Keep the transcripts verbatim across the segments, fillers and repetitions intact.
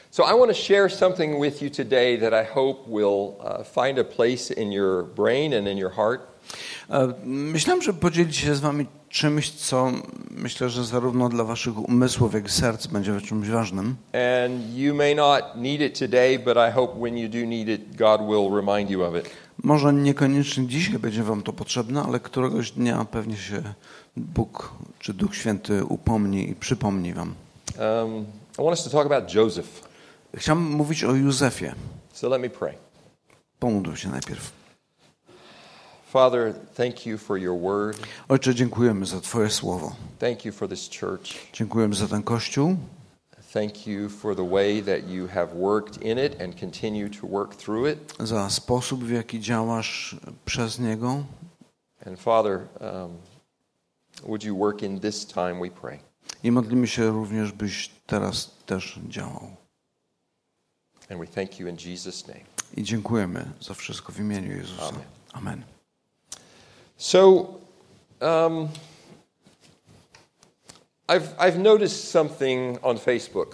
So I want to share something with you today that I hope will uh, find a place in your brain and in your heart. Myślałem, że podzielić się z wami czymś, co myślę, że zarówno dla waszych umysłów, jak i serc będzie czymś ważnym. And you may not need it today, but I hope when you do need it, God will remind you of it. Może niekoniecznie dzisiaj będzie wam to potrzebne, ale któregoś dnia pewnie się Bóg czy Duch Święty upomni i przypomni wam. Um, I want us to talk about Joseph. Chciałem mówić o Józefie. So let me pray. Pomódl się najpierw. Father, thank you for your word. Ojcze, dziękujemy za Twoje słowo. Thank you for this church. Dziękujemy za ten Kościół. Thank you for the way that you have worked in it and continue to work through it. Za sposób, w jaki działasz przez niego. And Father, um, would you work in this time, we pray. I modlimy się również, byś teraz też działał. And we thank you in Jesus' name. I dziękujemy za wszystko w imieniu Jezusa. Amen. Amen. So, um, I've I've noticed something on Facebook.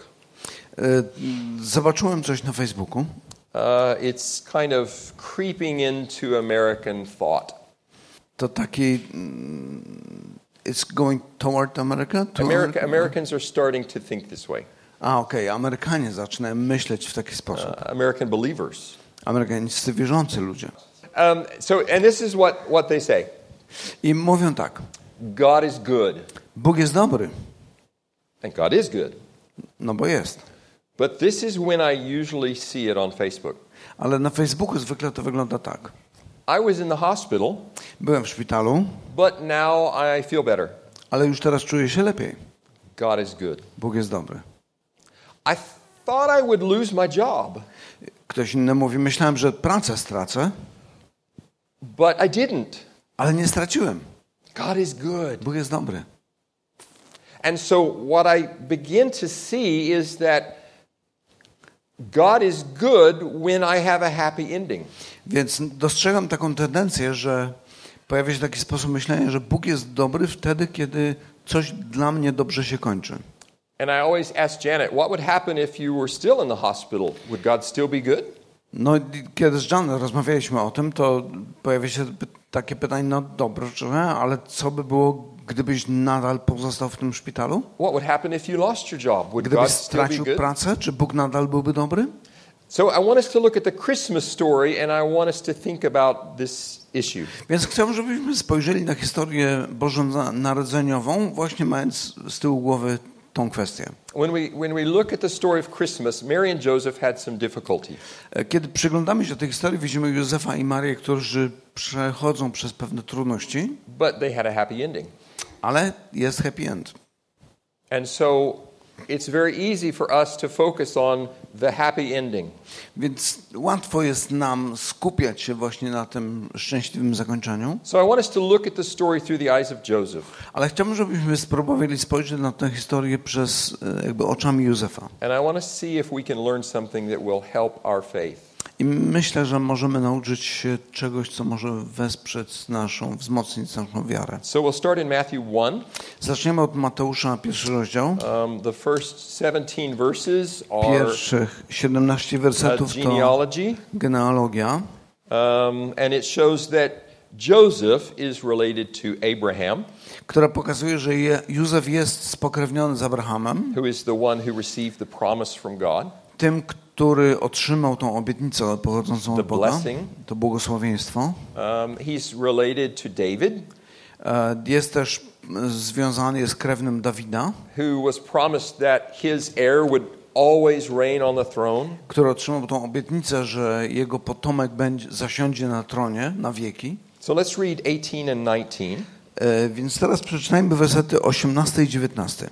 Zobaczyłem coś na Facebooku. Uh, it's kind of creeping into American thought. To taki it's going toward America? To America Americans are starting to think this way. A, okej, okay. Amerykanie zaczynają myśleć w taki sposób. Uh, American believers. Amerykańscy wierzący ludzie. Um, so, and this is what, what they say. I mówią tak. God is good. Bóg jest dobry. And God is good. No bo jest. But this is when I usually see it on Facebook. Ale na Facebooku zwykle to wygląda tak. I was in the hospital. Byłem w szpitalu. But now I feel better. Ale już teraz czuję się lepiej. God is good. Bóg jest dobry. I thought I would lose my job. Ktoś inny mówi, myślałem, że pracę stracę. But I didn't. Ale nie straciłem. God is good. Bóg jest dobry. And so what I begin to see is that God is good when I have a happy ending. Więc dostrzegam taką tendencję, że pojawia się taki sposób myślenia, że Bóg jest dobry wtedy, kiedy coś dla mnie dobrze się kończy. And I always ask Janet, what would happen if you were still in the hospital? Would God still be good? No, kiedy z John rozmawialiśmy o tym, to pojawia się takie pytanie, no dobrze, ale co by było, gdybyś nadal pozostał w tym szpitalu? What would happen if you lost your job? Would Gdybyś God still be stracił good? pracę, czy Bóg nadal byłby dobry? So I want us to look at the Christmas story and I want us to think about this issue. Więc chcę, żebyśmy spojrzeli na historię bożonarodzeniową, właśnie mając z tyłu głowy tą kwestię. When we when we look at the story of Christmas, Mary and Joseph had some difficulty. Kiedy przyglądamy się tej historii, widzimy Józefa i Marię, którzy przechodzą przez pewne trudności. But they had a happy ending. Ale jest happy end. And so it's very easy for us to focus on the happy ending. Więc łatwo jest nam skupiać się właśnie na tym szczęśliwym zakończeniu. So I want us to look at the story through the eyes of Joseph. Ale chciałbym, żebyśmy spróbowali spojrzeć na tę historię przez jakby oczami Józefa. And I want to see if we can learn something that will help our faith. I myślę, że możemy nauczyć się czegoś, co może wesprzeć naszą, wzmocnić naszą wiarę. So we'll start in Matthew one. Zaczniemy od Mateusza, pierwszy rozdział. Um, the first seventeen verses are Pierwszych siedemnaście wersetów to genealogy. genealogia. Um, and it shows that Joseph is related to Abraham, która pokazuje, że Józef jest spokrewniony z Abrahamem, who is the one who received the promise from God. Tym, który otrzymał tą obietnicę pochodzącą od Boga, blessing. to błogosławieństwo. Um, he's related to David, jest też związany, jest krewnym Dawida, who was promised that his heir would always reign on the throne. Który otrzymał tą obietnicę, że jego potomek będzie zasiądzie na tronie na wieki. So let's read eighteen and nineteen. Więc teraz przeczytajmy wersety osiemnasty i dziewiętnasty.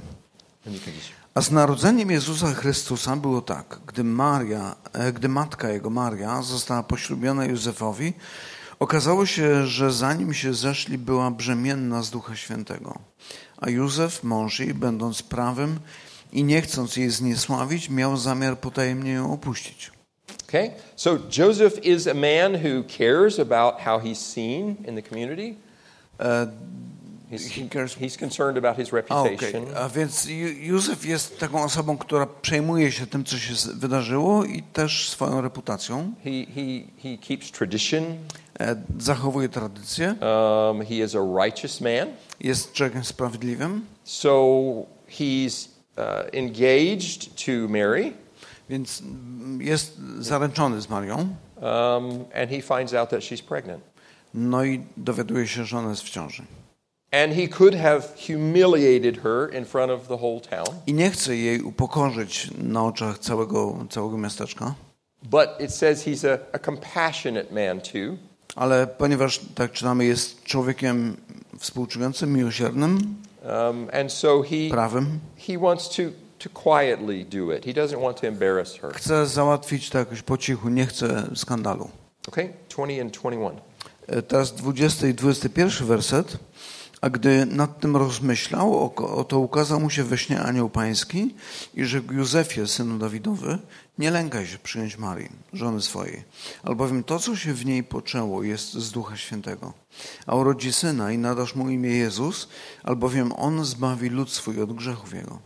A z narodzeniem Jezusa Chrystusa było tak, gdy Maria, gdy matka jego Maria została poślubiona Józefowi, okazało się, że zanim się zeszli, była brzemienna z Ducha Świętego. A Józef, mąż jej, będąc prawym i nie chcąc jej zniesławić, miał zamiar potajemnie ją opuścić. Okay? So Joseph is a man who cares about how he's seen in the community. He's, he cares. he's concerned about his A, reputation. okay. A więc Ju- Józef jest taką osobą, która przejmuje się tym, co się z- wydarzyło i też swoją reputacją. He, he, he keeps tradition. E, Zachowuje tradycję. Um, he is a righteous man. Jest człowiekiem sprawiedliwym. So he's uh, engaged to Mary. Więc mm, jest zaręczony z Marią. Um, and he finds out that she's pregnant. No i dowiaduje się, że ona jest w ciąży. And he could have humiliated her in front of the whole town. I nie chce jej upokorzyć na oczach całego, całego miasteczka. But it says he's a, a compassionate man too. Ale ponieważ, tak czytamy, jest człowiekiem współczującym, miłosiernym, Um, and so he, prawym, he wants to, to quietly do it. He doesn't want to embarrass her. chce załatwić to jakoś po cichu, nie chce skandalu. Okay, twenty and twenty-one. E, Teraz dwudziesty i dwudziesty pierwszy werset. A gdy nad tym rozmyślał, oko- oto ukazał mu się we śnie anioł pański i rzekł: Józefie, synu Dawidowy, nie lękaj się przyjąć Marii, żony swojej, albowiem to, co się w niej poczęło, jest z Ducha Świętego. A urodzi syna i nadasz mu imię Jezus, albowiem on zbawi lud swój od grzechów jego.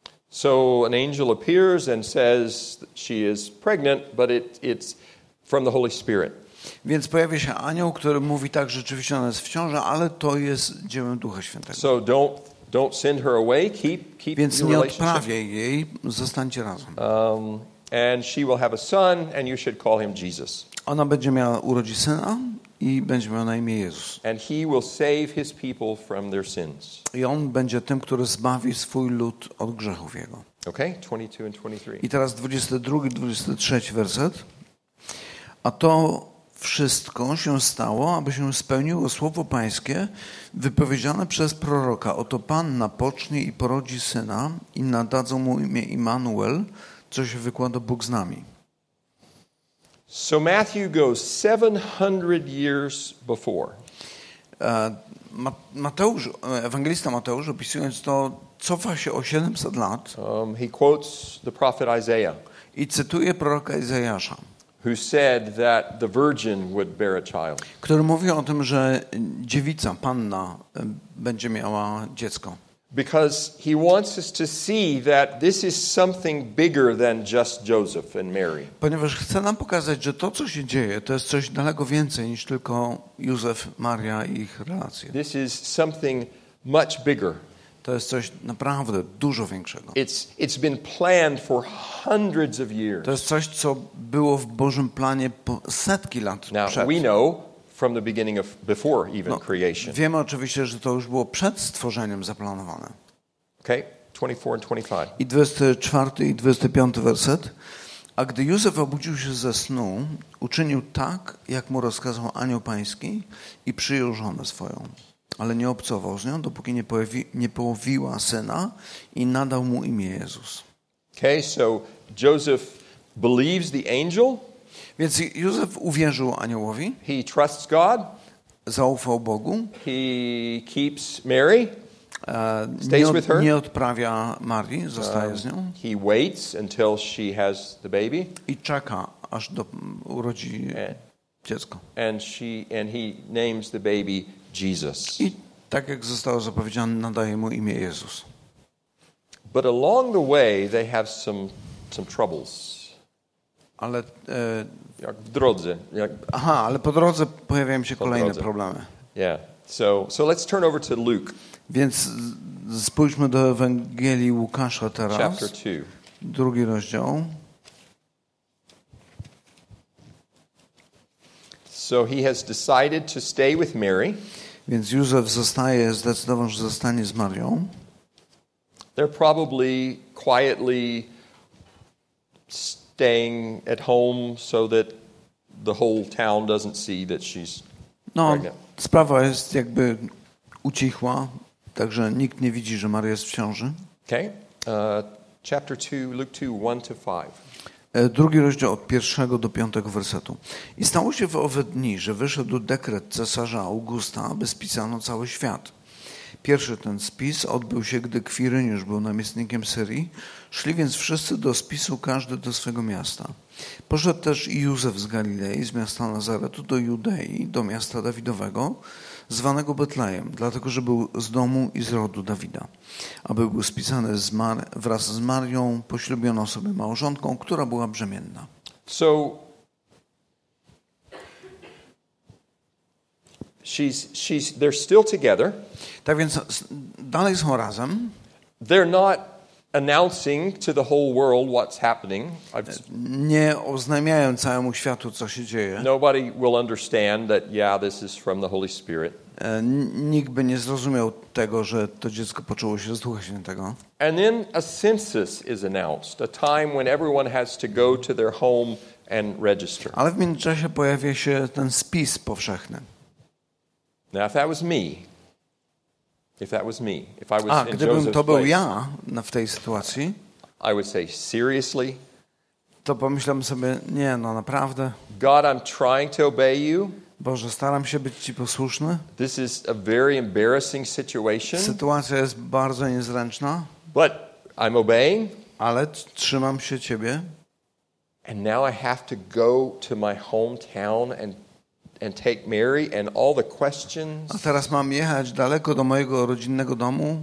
So an angel appears and says that she is pregnant, but it, it's from the Holy Spirit. Więc pojawia się anioł, który mówi tak, rzeczywiście ona jest w ciąży, ale to jest dziełem Ducha Świętego. So don't don't send her away. Keep keep Więc your nie relationship. odprawiaj jej, zostańcie razem. Um, and she will have a son, and you should call him Jesus. Ona będzie miała urodzi syna i będzie miał na imię Jezus. And he will save his people from their sins. I on będzie tym, który zbawi swój lud od grzechów jego. Okay, twenty-two and twenty-three. I teraz dwudziesty drugi, dwudziesty trzeci werset. A to wszystko się stało, aby się spełniło słowo pańskie wypowiedziane przez proroka. Oto panna pocznie i porodzi syna i nadadzą mu imię Immanuel, co się wykłada Bóg z nami. So Matthew goes seven hundred years before. E, Ma- Mateusz, ewangelista Mateusz, opisując to, cofa się o siedemset lat Um, he quotes the prophet Isaiah, i cytuje proroka Izajasza, who said that the virgin would bear a child. który mówi o tym, że dziewica, panna, e, będzie miała dziecko. Because he wants us to see that this is something bigger than just Joseph and Mary. Ponieważ chce nam pokazać, że to, co się dzieje, to jest coś daleko więcej niż tylko Józef, Maria i ich relacje. This is something much bigger. To jest coś naprawdę dużo większego. It's, it's been planned for hundreds of years. To jest coś, co było w Bożym planie po setki lat Now, przed. we know from the beginning of, before even No, creation. wiemy oczywiście, że to już było przed stworzeniem zaplanowane. Okay, twenty-four and twenty-five. I dwudziesty czwarty i dwudziesty piąty werset. A gdy Józef obudził się ze snu, uczynił tak, jak mu rozkazał anioł pański i przyjął żonę swoją. Ale nie obcował z nią, dopóki nie, pojawi, nie połowiła syna i nadał mu imię Jezus. Okay, so Joseph believes the angel. Więc Józef uwierzył aniołowi, He trusts God. zaufał Bogu, He keeps Mary. e, Stays nie, with her. od, nie odprawia Marii, zostaje z nią Um, he waits until she has the baby, i czeka, aż do, urodzi and, dziecko. and she and he names the baby Jesus. I tak jak zostało zapowiedziane, nadaje mu imię Jezus. But along the way, they have some some troubles. Ale, e, Jak w drodze. Jak, aha, ale po drodze pojawiają się Po kolejne drodze. problemy. yeah. So so let's turn over to Luke Więc z- spójrzmy do Ewangelii Łukasza teraz, chapter two. drugi rozdział. So he has decided to stay with Mary. Więc Józef zostaje, zdecydował, że zostanie z Marią. They're probably quietly staying at home so that the whole town doesn't see that she's No, pregnant. sprawa jest jakby ucichła, także nikt nie widzi, że Maria jest w ciąży. Okay? Uh, chapter two, Luke two, one to five. E, Drugi rozdział od pierwszego do piątego wersetu. I stało się w owe dni, że wyszedł dekret cesarza Augusta, aby spisano cały świat. Pierwszy ten spis odbył się, gdy Kwiryniusz był namiestnikiem Syrii. Szli więc wszyscy do spisu, każdy do swego miasta. Poszedł też i Józef z Galilei, z miasta Nazaretu do Judei, do miasta Dawidowego, zwanego Betlejem, dlatego że był z domu i z rodu Dawida. Aby był spisany z Mar- wraz z Marią, poślubiono sobie małżonką, która była brzemienna. So she's she's they're still together. Tak więc dalej są razem. They're not announcing to the whole world what's happening. I've, Nie oznajmiają całemu światu, co się dzieje. nobody will understand that, yeah, this is from the Holy Spirit. Nikt by nie zrozumiał tego, że to dziecko poczęło się z Ducha Świętego. And then a census is announced, a time when everyone has to go to their home and register. Ale w międzyczasie pojawia się ten spis powszechny. Now, if that was me, if that was me, if I was A in gdybym Joseph's to był place, ja na- w tej sytuacji, I would say, seriously? to pomyślałem sobie, nie, no naprawdę, God, I'm trying to obey you. Boże, staram się być Ci posłuszny. This is a very embarrassing situation, Sytuacja jest bardzo niezręczna, but I'm obeying. ale t- trzymam się Ciebie. And now I have to go to my hometown and and take Mary and all the questions. A teraz mam jechać daleko do mojego rodzinnego domu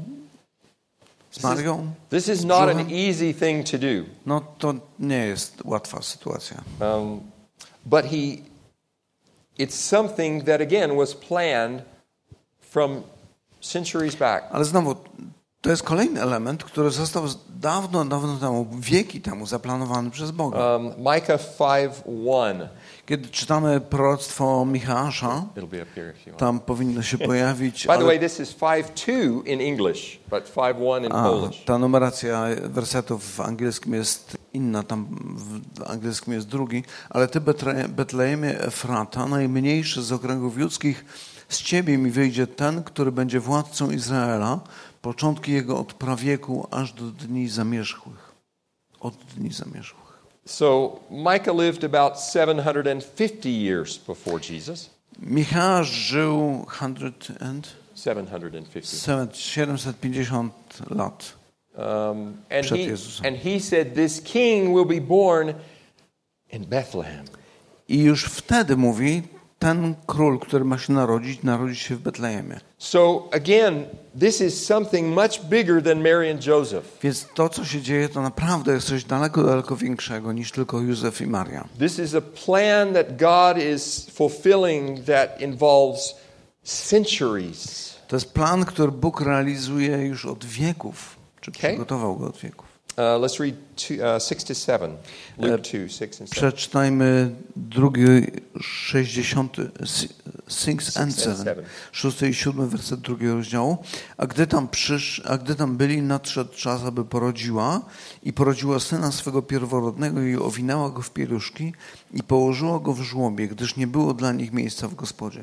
z This is, Marią. this is not an easy thing to do. No to nie jest łatwa sytuacja. Um, but he, it's something that again was planned from centuries back. Ale znowu, to jest kolejny element, który został dawno, dawno temu, wieki temu zaplanowany przez Boga. Um, Micah five one. Kiedy czytamy proroctwo Michała, It'll be up here if you want. tam powinno się pojawić, By the ale way, this is five two in English, but five one in a, Polish. ta numeracja wersetów w angielskim jest inna, tam w angielskim jest drugi, ale Ty, Betle- Betlejemie Efrata, najmniejszy z okręgów judzkich, z Ciebie mi wyjdzie ten, który będzie władcą Izraela, początki jego od prawieku aż do dni zamierzchłych. Od dni zamierzchłych. So Micah lived about seven hundred fifty years before Jesus. Michał żył hundred and seven hundred fifty. siedemset pięćdziesiąt lat. Um, and, Przed he, Jezusem. and he said, this king will be born in Bethlehem. I już wtedy mówi, ten król, który ma się narodzić, narodzi się w Betlejemie. So again, this is something much bigger than Mary and Joseph. Więc to, co się dzieje, to naprawdę jest coś daleko, daleko większego niż tylko Józef i Maria. This is a plan that God is fulfilling that involves centuries. To jest plan, który Bóg realizuje już od wieków, czy Okay. przygotował go od wieków. Uh, let's read two, uh, six to seven. Luke two, six and seven. Przeczytajmy drugi, sześćdziesiąty, six and seven, szósty i siódmy werset drugiego rozdziału. A gdy tam przysz, a gdy tam byli, nadszedł czas, aby porodziła i porodziła syna swego pierworodnego i owinęła go w pieluszki i położyła go w żłobie, gdyż nie było dla nich miejsca w gospodzie.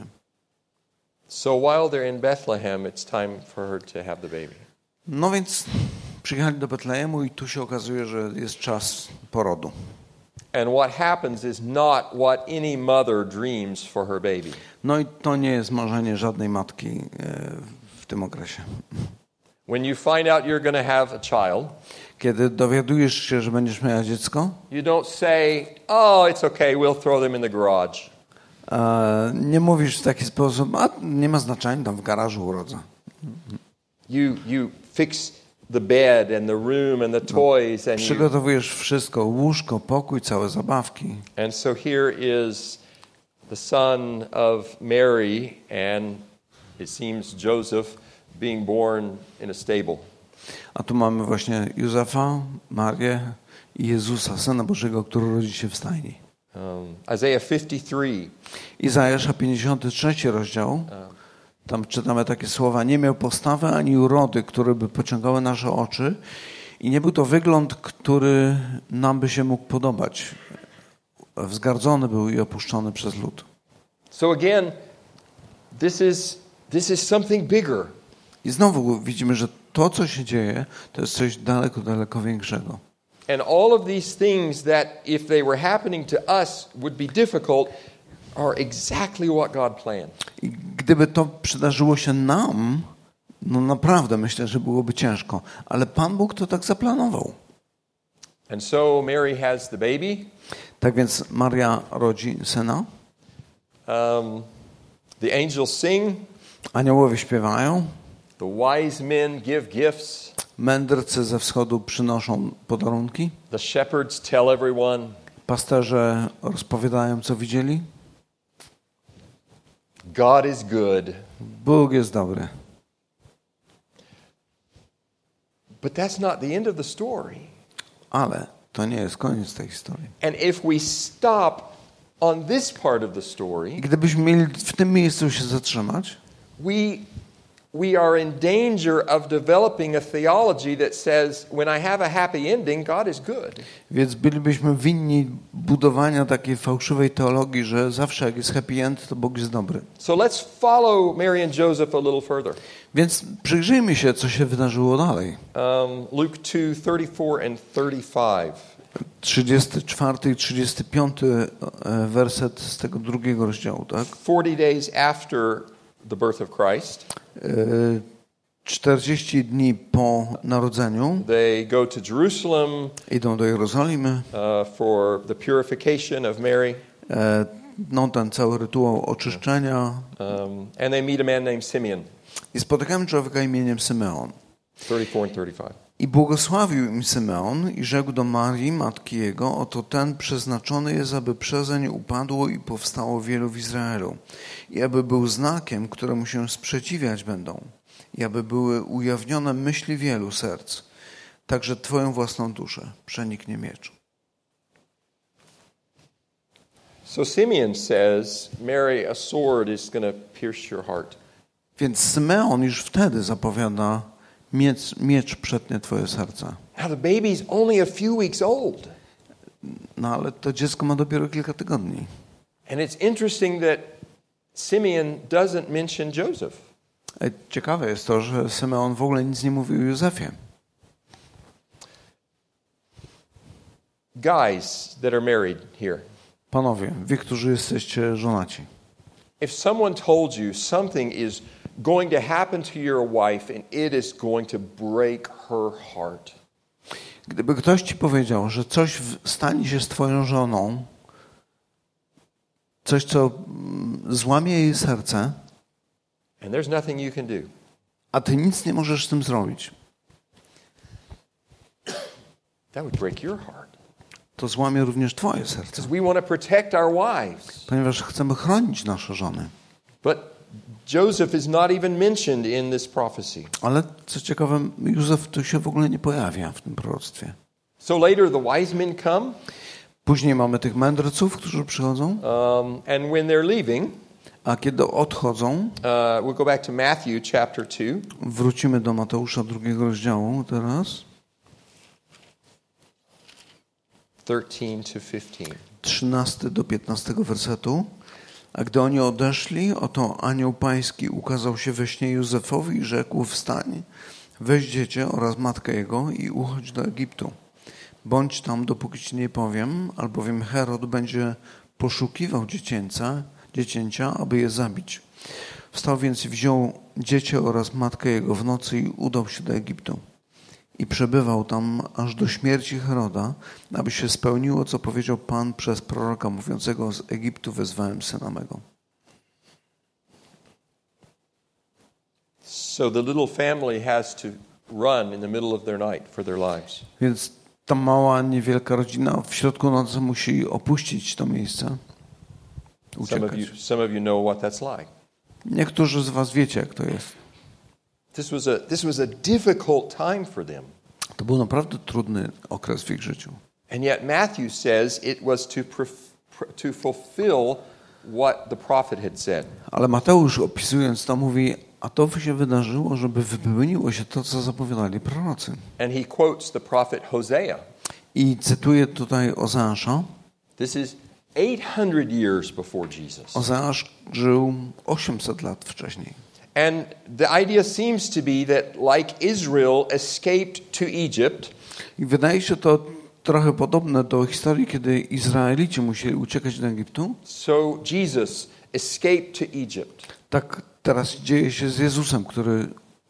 So while they're in Bethlehem, it's time for her to have the baby. No więc przyjechali do Betlejemu i tu się okazuje, że jest czas porodu. And what happens is not what any mother dreams for her baby. No i to nie jest marzenie żadnej matki e, w tym okresie. When you find out you're going to have a child, Kiedy dowiadujesz się, że będziesz miała dziecko, you don't say, "Oh, it's okay, we'll throw them in the garage." e, nie mówisz w taki sposób, a nie ma znaczenia, tam w garażu urodzę. You you fix the bed and the room and the toys and you, Przygotowujesz wszystko, łóżko, pokój, całe zabawki. and so here is the son of Mary and it seems Joseph being born in a stable. A tu mamy właśnie Józefa, Marię i Jezusa, Syna Bożego, który rodzi się w stajni. Um, Isaiah fifty-three. Izajasza pięćdziesiąty trzeci rozdział. Tam czytamy takie słowa: nie miał postawy ani urody, które by pociągały nasze oczy i nie był to wygląd, który nam by się mógł podobać. Wzgardzony był i opuszczony przez lud. So again, this is this is something bigger. I znowu widzimy, że to, co się dzieje, to jest coś daleko, daleko większego. And all of these things that if they were happening to us would be difficult are exactly what God planned. I gdyby to przydarzyło się nam, No naprawdę myślę, że byłoby ciężko, ale Pan Bóg to tak zaplanował. And so Mary has the baby. Tak więc Maria rodzi syna. Um, the angels sing. Aniołowie śpiewają. The wise men give gifts. Mędrcy ze wschodu przynoszą podarunki. The shepherds tell everyone. Pasterze rozpowiadają, co widzieli. God is good. Bóg jest dobry. But that's not the end of the story. Ale to nie jest koniec tej historii. And if we stop on this part of the story, I gdybyśmy mieli w tym miejscu się zatrzymać, we we are in danger of developing a theology that says when I have a happy ending, God is good. więc bylibyśmy winni budowania takiej fałszywej teologii, że zawsze jak jest happy end, to Bóg jest dobry. So let's follow Mary and Joseph a little further. Więc przyjrzyjmy się, co się wydarzyło dalej. Um, Luke two, thirty-four and thirty-five. trzydziesty czwarty i trzydziesty piąty werset z tego drugiego rozdziału, tak? Forty days after the birth of Christ, czterdzieści dni po narodzeniu they go to Jerusalem idą do Jerozolimy. uh, for the purification of Mary. No, ten cały rytuał oczyszczenia. Um, and they meet a man named Simeon. I spotykają człowieka imieniem Symeon. thirty-four and thirty-five. I błogosławił im Symeon i rzekł do Marii, matki jego, oto ten przeznaczony jest, aby przezeń upadło i powstało wielu w Izraelu. I aby był znakiem, któremu się sprzeciwiać będą. I aby były ujawnione myśli wielu serc. Także twoją własną duszę przeniknie miecz. So Simeon says, Mary, a sword is going to pierce your heart. Więc Symeon już wtedy zapowiada, miecz, miecz przetnie twoje serce. Now the baby's only a few weeks old. No ale to dziecko ma dopiero kilka tygodni. And it's interesting that Simeon doesn't mention Joseph. Ciekawe jest to, że Symeon w ogóle nic nie mówi o Józefie. Guys that are married here. Panowie, wy, którzy jesteście żonaci. If someone told you something is going to happen to your wife and it is going to break her heart. Gdyby ktoś ci powiedział, że coś stanie się z twoją żoną, coś, co złamie jej serce, and there's nothing you can do. A ty nic nie możesz z tym zrobić. That would break your heart. To złamie również twoje serce. Because we want to protect our wives. Ponieważ chcemy chronić nasze żony. But Joseph is not even mentioned in this prophecy. Ale co ciekawe, Józef tu się w ogóle nie pojawia w tym proroctwie. So later the wise men come. Później mamy tych mędrców, którzy przychodzą. Um, and when they're leaving, a kiedy odchodzą, uh, we'll go back to Matthew chapter two. Wrócimy do Mateusza drugiego rozdziału teraz. thirteen to fifteen. trzynasty do piętnastego wersetu. A gdy oni odeszli, oto anioł pański ukazał się we śnie Józefowi i rzekł: wstań, weź dziecię oraz matkę jego i uchodź do Egiptu. Bądź tam, dopóki ci nie powiem, albowiem Herod będzie poszukiwał dziecięca, dziecięcia, aby je zabić. Wstał więc i wziął dziecię oraz matkę jego w nocy i udał się do Egiptu. I przebywał tam aż do śmierci Heroda, aby się spełniło, co powiedział Pan przez proroka mówiącego: z Egiptu wezwałem syna mego. So the little family has to run in the middle of their night for their lives. Więc ta mała, niewielka rodzina w środku nocy musi opuścić to miejsce. Some of you, some of you know what that's like. Niektórzy z was wiecie, jak to jest. This was a this was a difficult time for them. To był naprawdę trudny okres w ich życiu. And yet Matthew says it was to to fulfill what the prophet had said. Ale Mateusz, opisując to, mówi: a to się wydarzyło, żeby wypełniło się to, co zapowiadali prorocy. And he quotes the prophet Hosea. I cytuje tutaj Ozeasza. This is eight hundred years before Jesus. Ozeasz żył osiemset lat wcześniej. And the idea seems to be that like Israel escaped to Egypt. I wydaje się to trochę podobne do historii, kiedy Izraelici musieli uciekać do Egiptu. So Jesus escaped to Egypt. Tak teraz dzieje się z Jezusem, który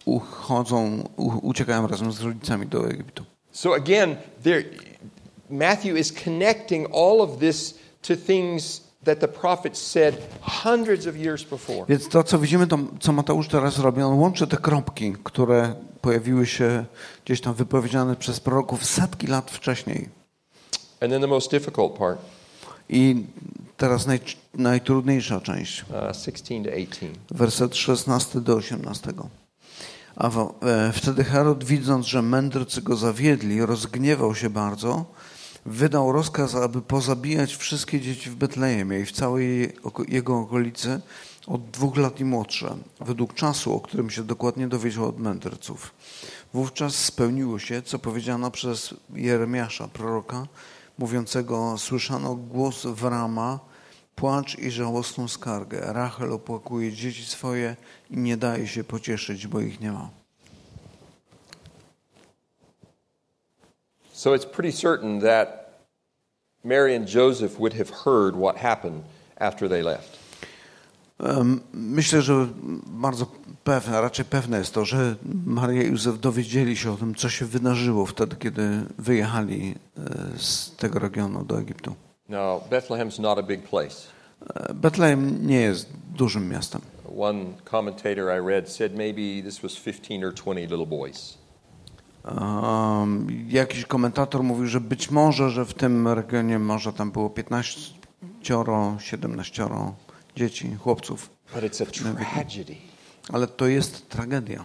uchodzą, u, uciekają razem z rodzicami do Egiptu. So again, there, Matthew is connecting all of this to things that the prophet said hundreds of years before. Więc to, co widzimy, to, co Mateusz teraz robi, on łączy te kropki, które pojawiły się gdzieś tam wypowiedziane przez proroków setki lat wcześniej. And then the most difficult part. I teraz naj, najtrudniejsza część. Uh, sixteen to eighteen. Werset szesnasty do osiemnastego. A w, e, wtedy Herod, widząc, że mędrcy go zawiedli, rozgniewał się bardzo, wydał rozkaz, aby pozabijać wszystkie dzieci w Betlejemie i w całej jego okolicy od dwóch lat i młodsze, według czasu, o którym się dokładnie dowiedział od mędrców. Wówczas spełniło się, co powiedziano przez Jeremiasza, proroka, mówiącego: słyszano głos w Rama, płacz i żałosną skargę. Rachel opłakuje dzieci swoje i nie daje się pocieszyć, bo ich nie ma. So it's pretty certain that Mary and Joseph would have heard what happened after they left. Myślę, że bardzo pewne, raczej pewne jest to, że Maria i Józef dowiedzieli się o tym, co się wydarzyło wtedy, kiedy wyjechali z tego regionu do Egiptu. Now, Bethlehem's not a big place. Betlejem nie jest dużym miastem. One commentator I read said maybe this was fifteen or twenty little boys. Um, jakiś komentator mówił, że być może, że w tym regionie może tam było piętnaścioro, siedemnaścioro dzieci, chłopców. But it's a tragedy. Ale to jest tragedia.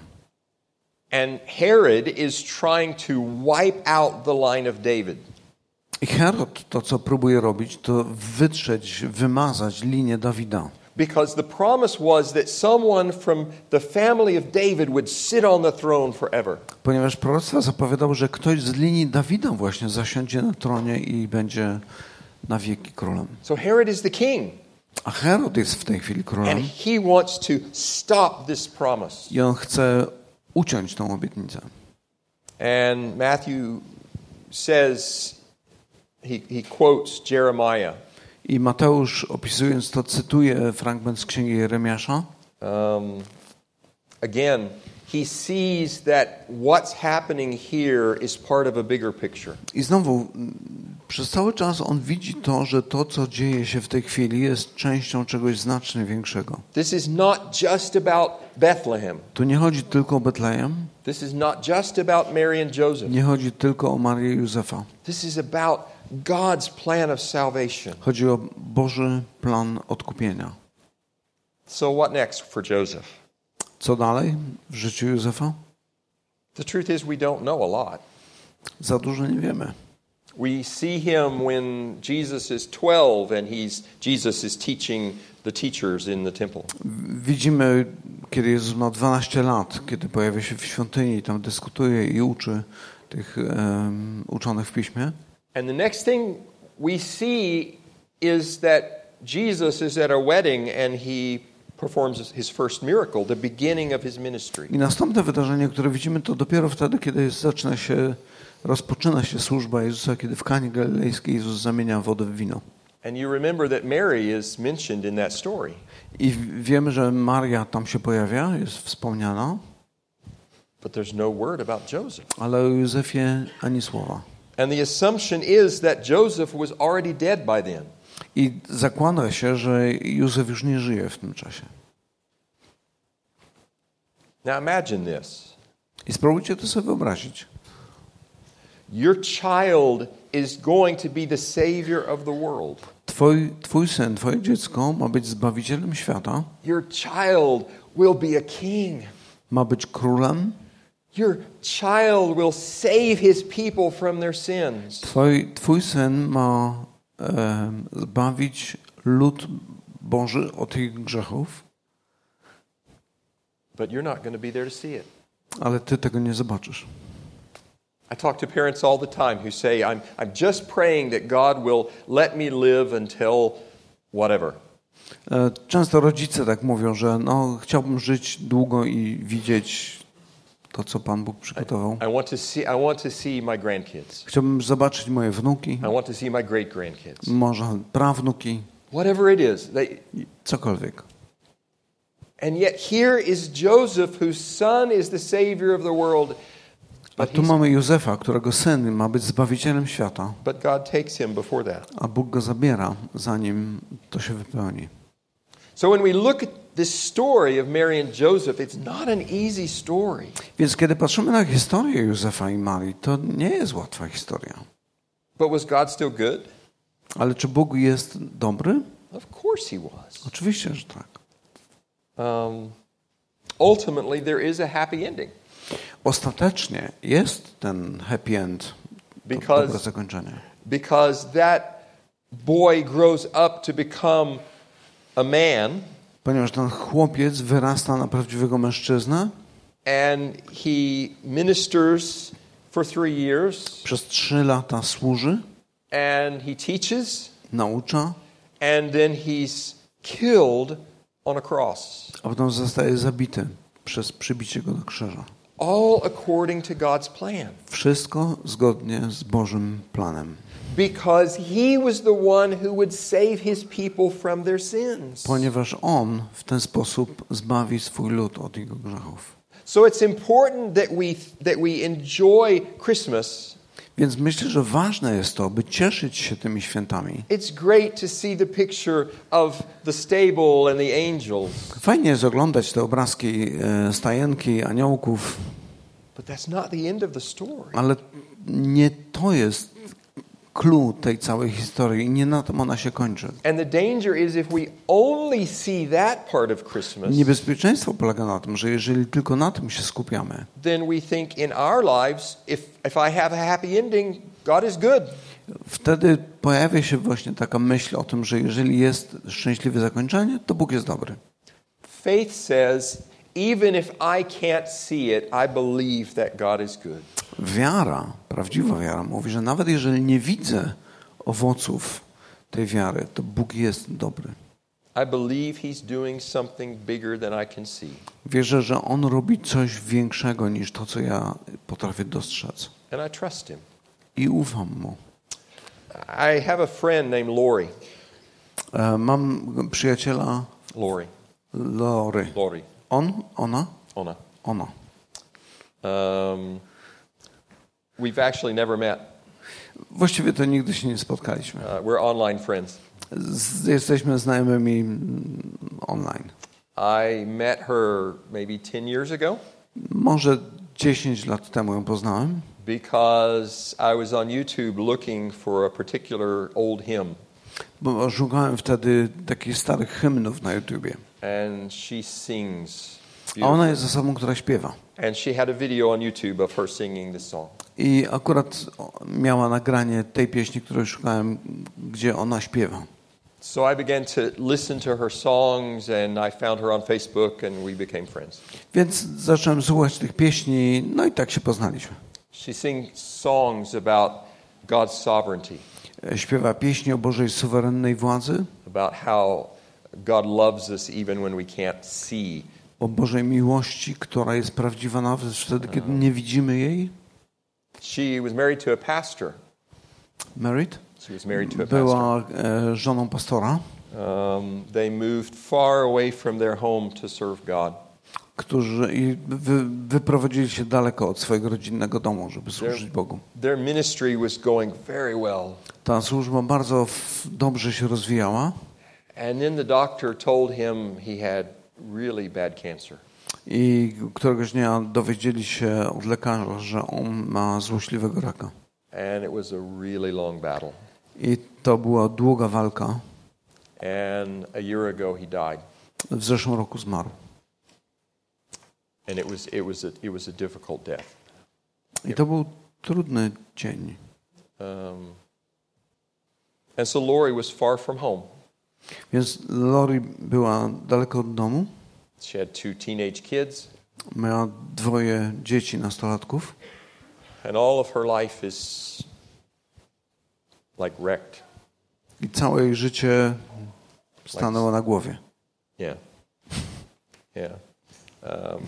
And Herod is trying to wipe out the line of David. I Herod to, co próbuje robić, to wytrzeć, wymazać linię Dawida. Because the promise was that someone from the family of David would sit on the throne forever. Ponieważ proroctwo zapowiadało, że ktoś z linii Dawida właśnie zasiądzie na tronie i będzie na wieki królem. So Herod is the king. A Herod jest w tej chwili królem. And he wants to stop this promise. I on chce uciąć tą obietnicę. And Matthew says, he, he quotes Jeremiah. I Mateusz, opisując to, cytuje fragment z księgi Jeremiasza. Um, again, he sees that what's happening here is part of a bigger picture. I znowu, przez cały czas on widzi to, że to, co dzieje się w tej chwili, jest częścią czegoś znacznie większego. This is not just about Bethlehem. Tu nie chodzi tylko o Betlejem. This is not just about Mary and Joseph. Nie chodzi tylko o Marię i Józefa. This is about God's plan of salvation. Chodzi o Boży plan odkupienia. So what next for Joseph? Co dalej w życiu Józefa? The truth is we don't know a lot. Za dużo nie wiemy. We see him when Jesus is twelve and he's Jesus is teaching the teachers in the temple. Widzimy, kiedy Jezus ma dwanaście lat, kiedy pojawia się w świątyni i tam dyskutuje i uczy tych um, uczonych w piśmie. And the next thing we see is that Jesus is at a wedding and he performs his first miracle, the beginning of his ministry. I następne wydarzenie, które widzimy, to dopiero wtedy, kiedy zaczyna się, rozpoczyna się służba Jezusa, kiedy w Kanie Galilejskiej Jezus zamienia wodę w wino. And you remember that Mary is mentioned in that story. I wiemy, że Maria tam się pojawia, jest wspomniana. But there's no word about Joseph. Ale o Józefie ani słowa. And the assumption is that Joseph was already dead by then. I zakłada się, że Józef już nie żyje w tym czasie. Now imagine this. I spróbujcie to sobie wyobrazić. Your child is going to be the savior of the world. Twój, twój syn, twoje dziecko ma być zbawicielem świata. Your child will be a king. Ma być królem. Your child will save his people from their sins. Twój, twój syn ma e, zbawić lud Boży od ich grzechów. But you're not going to be there to see it. Ale ty tego nie zobaczysz. I talk to parents all the time who say, I'm, I'm just praying that God will let me live until whatever. E, często rodzice tak mówią, że no, chciałbym żyć długo i widzieć to, co Pan Bóg przygotował. I, I want to see, I want to see my grandkids. Chciałbym zobaczyć moje wnuki. I want to see my great grandkids. Może prawnuki. Whatever it is. They, Cokolwiek. And yet here is Joseph, whose son is the savior of the world. A tu mamy Józefa, którego syn ma być zbawicielem świata. But God takes him before that. A Bóg go zabiera, zanim to się wypełni. So when we look at this story of Mary and Joseph, it's not an easy story. Więc kiedy patrzymy na historię Józefa i Marii, to nie jest łatwa historia. But was God still good? Ale czy Bóg jest dobry? Of course he was. Oczywiście, że tak. Um, ultimately there is a happy ending. Ostatecznie jest ten happy end, Because, dobre zakończenie. Because that boy grows up to become a man. Ponieważ ten chłopiec wyrasta na prawdziwego mężczyznę. And he ministers for three years. Przez trzy lata służy. And he teaches. Naucza. And then he's killed on a cross. A potem zostaje zabity przez przybicie go do krzyża. All according to God's plan. Wszystko zgodnie z Bożym planem. Because he was the one who would save his people from their sins. Ponieważ on w ten sposób zbawi swój lud od jego grzechów. So it's important that we that we enjoy Christmas. Więc myślę, że ważne jest to, by cieszyć się tymi świętami. It's great to see the picture of the stable and the angels. Fajnie jest oglądać te obrazki stajenki, aniołków. But that's not the end of the story. Ale nie to jest clue tej całej historii i nie na tym ona się kończy. And the danger is if we only see that part of Christmas. Niebezpieczeństwo polega na tym, że jeżeli tylko na tym się skupiamy, then we think in our lives if if I have a happy ending, God is good. Wtedy pojawia się właśnie taka myśl o tym, że jeżeli jest szczęśliwe zakończenie, to Bóg jest dobry. Faith says, even if I can't see it, I believe that God is good. Wiara, prawdziwa wiara mówi, że nawet jeżeli nie widzę owoców tej wiary, to Bóg jest dobry. I believe he's doing something bigger than I can see. Wierzę, że On robi coś większego niż to, co ja potrafię dostrzec. And I trust him. I ufam Mu. I have a friend named Lori. Mam przyjaciela Lori. Lory. Lori. On? Ona? Ona. Ona. Um, we've actually never met. Właściwie to nigdy się nie spotkaliśmy. Uh, we're online friends. Z, jesteśmy znajomymi online. I met her maybe ten years ago. Może dziesięć lat temu ją poznałem. Because I was on YouTube looking for a particular old hymn. Bo szukałem wtedy takich starych hymnów na YouTubie. And she sings. A ona jest osobą, która śpiewa. And she had a video on YouTube of her singing this song. I akurat miała nagranie tej pieśni, której szukałem, gdzie ona śpiewa. So I began to listen to her songs and I found her on Facebook and we became friends. Więc zacząłem słuchać tych pieśni, no i tak się poznaliśmy. She sings songs about God's sovereignty. Śpiewa pieśni o Bożej suwerennej władzy. About how God loves us even when we can't see. O Bożej miłości, która jest prawdziwa nawet wtedy, kiedy nie widzimy jej. She was married to a pastor. Married? She was married to a pastor. Była e, żoną pastora. Um, they moved far away from their home to serve God. Którzy i wy, wyprowadzili się daleko od swojego rodzinnego domu, żeby służyć Bogu. Their ministry was going very well. Ta służba bardzo w, dobrze się rozwijała. And then the doctor told him he had really bad cancer. I któregoś dnia dowiedzieli się od lekarza, że on ma złośliwego raka. And it was a really long battle. I to była długa walka. And a year ago he died. W zeszłym roku zmarł. And it was it was a it was a difficult death. I to był trudny dzień. Um, and so Lori was far from home. Więc Lori była daleko od domu. She had two teenage kids. Miała dwoje dzieci nastolatków. And all of her life is like wrecked. I całe jej życie stanęło na głowie. Yeah. Yeah. Um,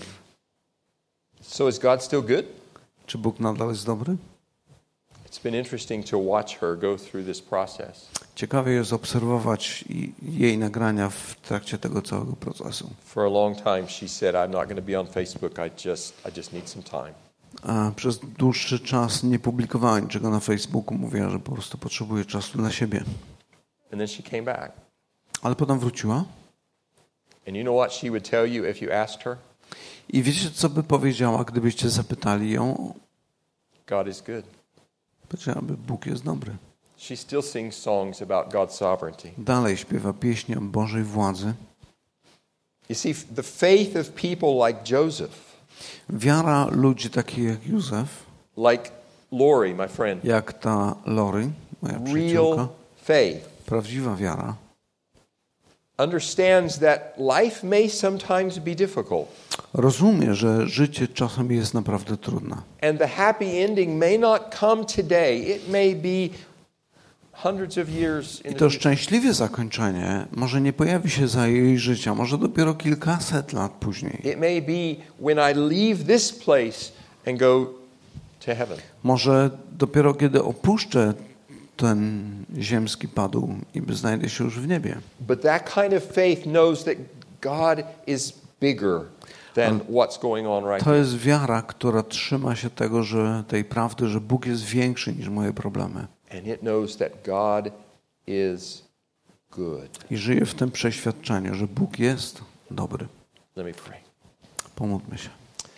so is God still good? Czy Bóg nadal jest dobry? It's been interesting to watch her go through this process. Ciekawie jest obserwować i- jej nagrania w trakcie tego całego procesu. For a long time she said, I'm not going to be on Facebook. I just I just need some time. A przez dłuższy czas nie publikowała niczego na Facebooku. Mówiła, że po prostu potrzebuje czasu dla siebie. And then she came back. Ale potem wróciła. And you know what she would tell you if you asked her? I wiecie, co by powiedziała, gdybyście zapytali ją? God is good. Powiedziałaby, Bóg jest dobry. She still sings songs about God's sovereignty. Dalej śpiewa pieśni o Bożej władzy. You see, the faith of people like Joseph, Wiara ludzi takich jak Józef, like Lori, my friend, jak ta Lori, moja przyjaciółka, real faith, prawdziwa wiara, understands that life may sometimes be difficult. rozumie, że życie czasem jest naprawdę trudne. And the happy ending may not come today. It may be hundreds of years in I the to future. szczęśliwe zakończenie może nie pojawi się za jej życia, może dopiero kilkaset lat później. It may be when I leave this place and go to heaven. Może dopiero kiedy opuszczę ten ziemski padł i znajdę się już w niebie. But that kind of faith knows that God is bigger than what's going on right To now. jest wiara, która trzyma się tego, że tej prawdy, że Bóg jest większy niż moje problemy. And it knows that God is good. I żyje w tym przeświadczeniu, że Bóg jest dobry. Let me pray. Pomódlmy się.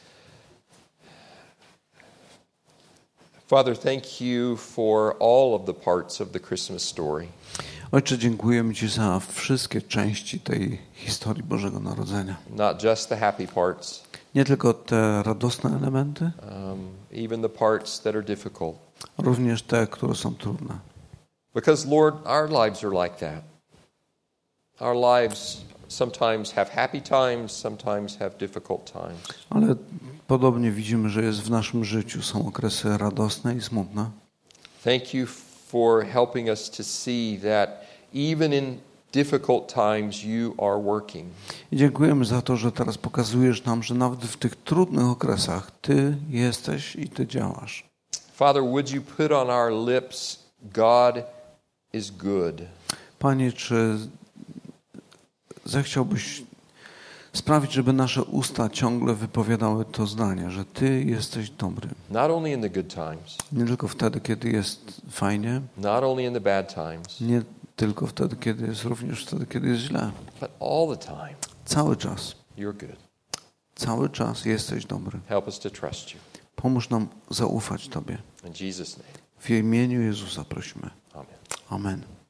Father, thank you for all of the parts of the Christmas story. Ojcze, dziękujemy Ci za wszystkie części tej historii Bożego Narodzenia. Not just the happy parts, Nie tylko te radosne elementy, um, even the parts that are difficult. również te, które są trudne. Because, Lord, our lives are like that. Our lives sometimes have happy times, sometimes have difficult times. Ale podobnie widzimy, że jest w naszym życiu. Są okresy radosne i smutne. Thank you for helping us to see that even in difficult times you are working. I dziękujemy za to, że teraz pokazujesz nam, że nawet w tych trudnych okresach Ty jesteś i Ty działasz. Father, would you put on our lips, God is good. Panie, czy zechciałbyś sprawić, żeby nasze usta ciągle wypowiadały to zdanie, że Ty jesteś dobry. Not only in the good times, Nie tylko wtedy, kiedy jest fajnie, not only in the bad times, nie tylko wtedy, kiedy jest również wtedy, kiedy jest źle. but all the time Cały czas, you're good. cały czas jesteś dobry. Help us to trust you. Pomóż nam zaufać Tobie. In Jesus' name, W imieniu Jezusa prosimy. amen. Amen.